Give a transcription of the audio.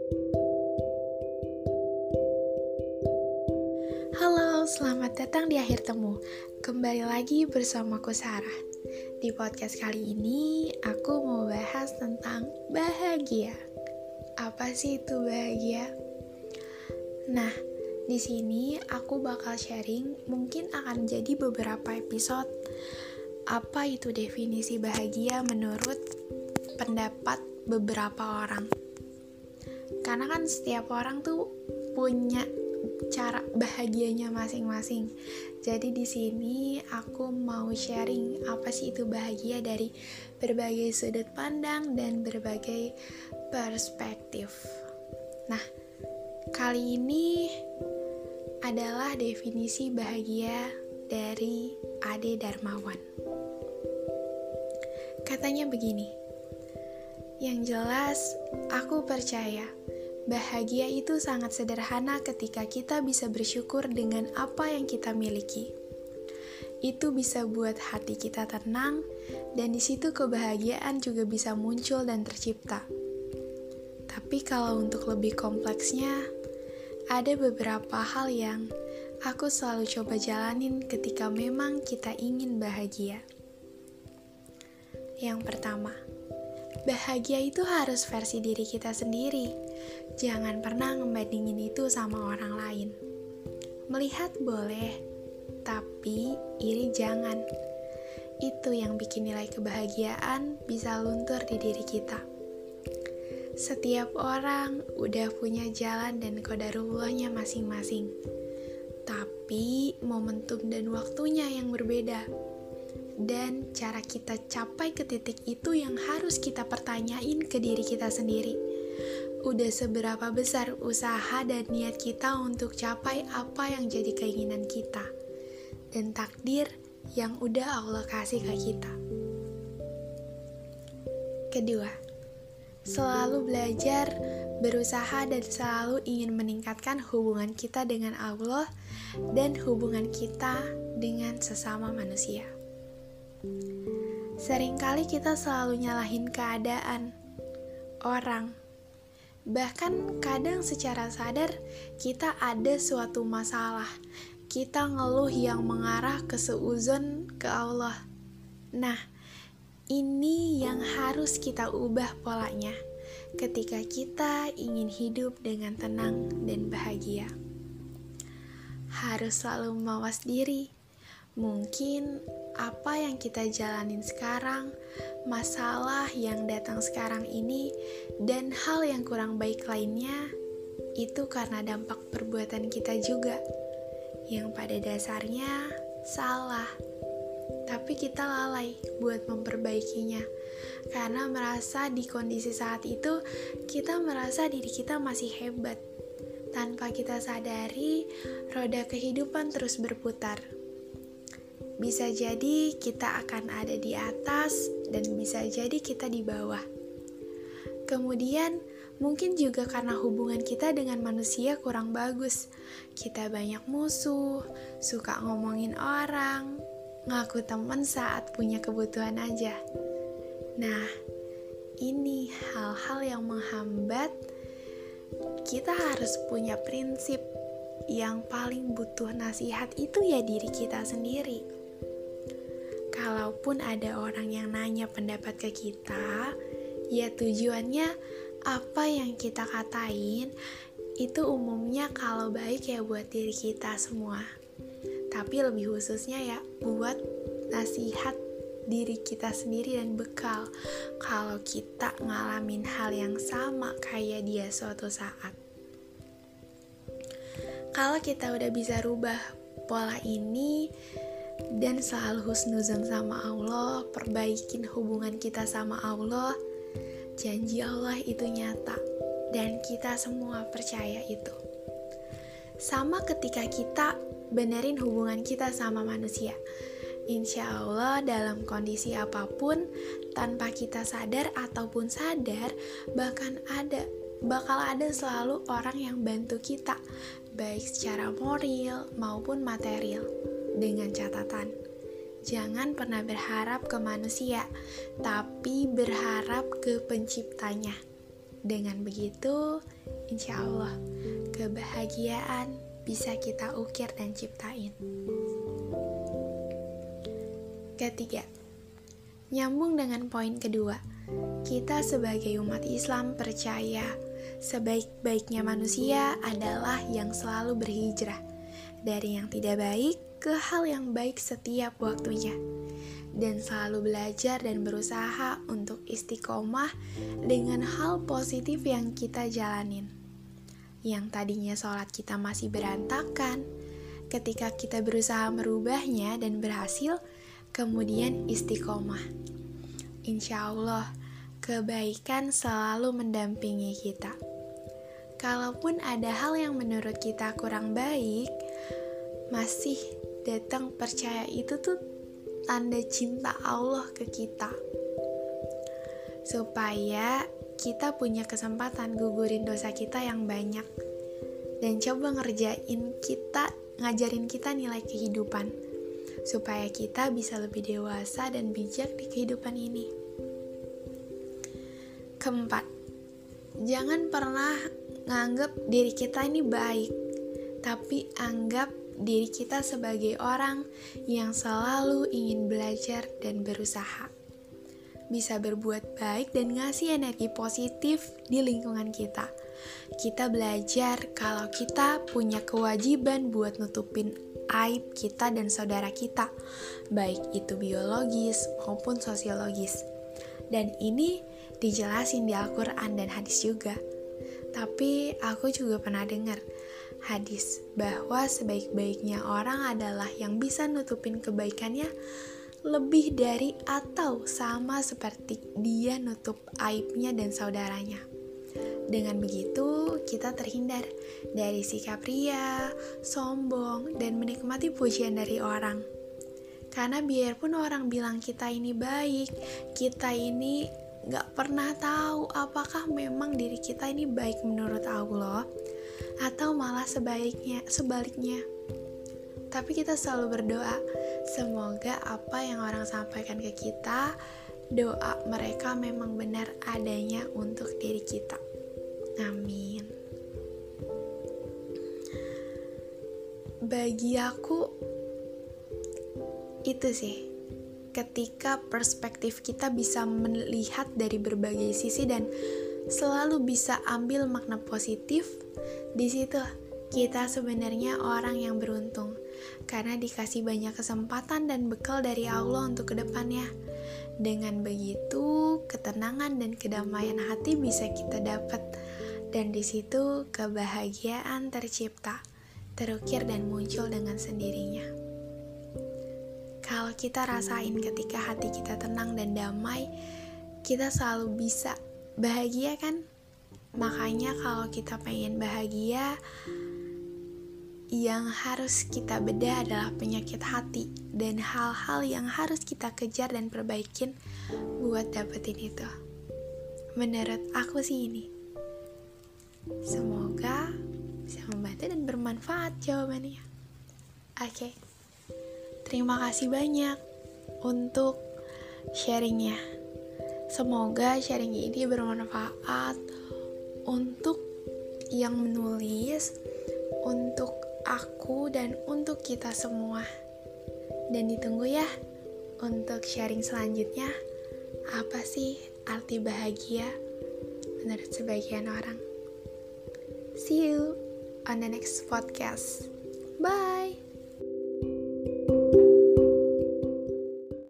Halo, selamat datang di Akhir Temu. Kembali lagi bersamaku Sarah. Di podcast kali ini, aku mau bahas tentang bahagia. Apa sih itu bahagia? Nah, di sini aku bakal sharing, mungkin akan jadi beberapa episode. Apa itu definisi bahagia menurut pendapat beberapa orang? Karena kan setiap orang tuh punya cara bahagianya masing-masing. Jadi di sini aku mau sharing apa sih itu bahagia dari berbagai sudut pandang dan berbagai perspektif. Nah, kali ini adalah definisi bahagia dari Ade Darmawan. Katanya begini, yang jelas aku percaya bahagia itu sangat sederhana ketika kita bisa bersyukur dengan apa yang kita miliki. Itu bisa buat hati kita tenang, dan di situ kebahagiaan juga bisa muncul dan tercipta. Tapi kalau untuk lebih kompleksnya, ada beberapa hal yang aku selalu coba jalanin ketika memang kita ingin bahagia. Yang pertama, bahagia itu harus versi diri kita sendiri. Jangan pernah ngebandingin itu sama orang lain. Melihat boleh, tapi iri jangan. Itu yang bikin nilai kebahagiaan bisa luntur di diri kita. Setiap orang udah punya jalan dan qadarullahnya masing-masing. Tapi momentum dan waktunya yang berbeda. Dan cara kita capai ke titik itu yang harus kita pertanyain ke diri kita sendiri. Udah seberapa besar usaha dan niat kita untuk capai apa yang jadi keinginan kita, dan takdir yang udah Allah kasih ke kita. Kedua, selalu belajar, berusaha dan selalu ingin meningkatkan hubungan kita dengan Allah dan hubungan kita dengan sesama manusia. Seringkali kita selalu nyalahin keadaan, orang, bahkan kadang secara sadar kita ada suatu masalah, kita ngeluh yang mengarah ke seuzon ke Allah. Nah, ini yang harus kita ubah polanya ketika kita ingin hidup dengan tenang dan bahagia. Harus selalu mawas diri. Mungkin apa yang kita jalanin sekarang, masalah yang datang sekarang ini, dan hal yang kurang baik lainnya, itu karena dampak perbuatan kita juga, yang pada dasarnya salah. Tapi kita lalai buat memperbaikinya, karena merasa di kondisi saat itu, kita merasa diri kita masih hebat. Tanpa kita sadari, roda kehidupan terus berputar. Bisa jadi kita akan ada di atas dan bisa jadi kita di bawah. Kemudian, mungkin juga karena hubungan kita dengan manusia kurang bagus. Kita banyak musuh, suka ngomongin orang, ngaku teman saat punya kebutuhan aja. Nah, ini hal-hal yang menghambat. Kita harus punya prinsip. Yang paling butuh nasihat itu ya diri kita sendiri. Kalaupun ada orang yang nanya pendapat ke kita, ya tujuannya apa yang kita katain itu umumnya kalau baik ya buat diri kita semua. Tapi lebih khususnya ya buat nasihat diri kita sendiri dan bekal kalau kita ngalamin hal yang sama kayak dia suatu saat. Kalau kita udah bisa rubah pola ini dan selalu husnuzon sama Allah, perbaikin hubungan kita sama Allah, janji Allah itu nyata dan kita semua percaya itu. Sama ketika kita benerin hubungan kita sama manusia, insya Allah dalam kondisi apapun, tanpa kita sadar ataupun sadar, bakal ada selalu orang yang bantu kita, baik secara moral maupun material. Dengan catatan, jangan pernah berharap ke manusia, tapi berharap ke penciptanya. Dengan begitu, insya Allah, kebahagiaan bisa kita ukir dan ciptain. Ketiga, nyambung dengan poin kedua, kita sebagai umat Islam percaya sebaik-baiknya manusia adalah yang selalu berhijrah dari yang tidak baik ke hal yang baik setiap waktunya, dan selalu belajar dan berusaha untuk istiqomah dengan hal positif yang kita jalanin. Yang tadinya sholat kita masih berantakan, ketika kita berusaha merubahnya dan berhasil, kemudian istiqomah. Insya Allah, kebaikan selalu mendampingi kita. Kalaupun ada hal yang menurut kita kurang baik, masih datang percaya itu tuh tanda cinta Allah ke kita. Supaya kita punya kesempatan gugurin dosa kita yang banyak. Dan coba ngajarin kita nilai kehidupan. Supaya kita bisa lebih dewasa dan bijak di kehidupan ini. Keempat, jangan pernah nganggap diri kita ini baik, tapi anggap diri kita sebagai orang yang selalu ingin belajar dan berusaha. Bisa berbuat baik dan ngasih energi positif di lingkungan kita. Kita belajar kalau kita punya kewajiban buat nutupin aib kita dan saudara kita, baik itu biologis maupun sosiologis. Dan ini dijelasin di Al-Quran dan hadis juga. Tapi aku juga pernah dengar hadis bahwa sebaik-baiknya orang adalah yang bisa nutupin kebaikannya lebih dari atau sama seperti dia nutup aibnya dan saudaranya. Dengan begitu, kita terhindar dari sikap ria, sombong, dan menikmati pujian dari orang. Karena biarpun orang bilang kita ini baik, kita ini gak pernah tahu apakah memang diri kita ini baik menurut Allah, atau malah sebaliknya. Tapi kita selalu berdoa, semoga apa yang orang sampaikan ke kita, doa mereka memang benar adanya untuk diri kita. Amin. Bagi aku, itu sih, ketika perspektif kita bisa melihat dari berbagai sisi dan selalu bisa ambil makna positif, di situ kita sebenarnya orang yang beruntung karena dikasih banyak kesempatan dan bekal dari Allah untuk kedepannya. Dengan begitu, ketenangan dan kedamaian hati bisa kita dapat, dan di situ kebahagiaan tercipta, terukir dan muncul dengan sendirinya. Kalau kita rasain ketika hati kita tenang dan damai, kita selalu bisa bahagia kan? Makanya kalau kita pengen bahagia, yang harus kita bedah adalah penyakit hati dan hal-hal yang harus kita kejar dan perbaikin buat dapetin itu. Menurut aku sih ini. Semoga bisa membantu dan bermanfaat jawabannya. Oke. Terima kasih banyak untuk sharingnya. Semoga sharing ini bermanfaat untuk yang menulis, untuk aku, dan untuk kita semua. Dan ditunggu ya untuk sharing selanjutnya. Apa sih arti bahagia menurut sebagian orang? See you on the next podcast. Bye.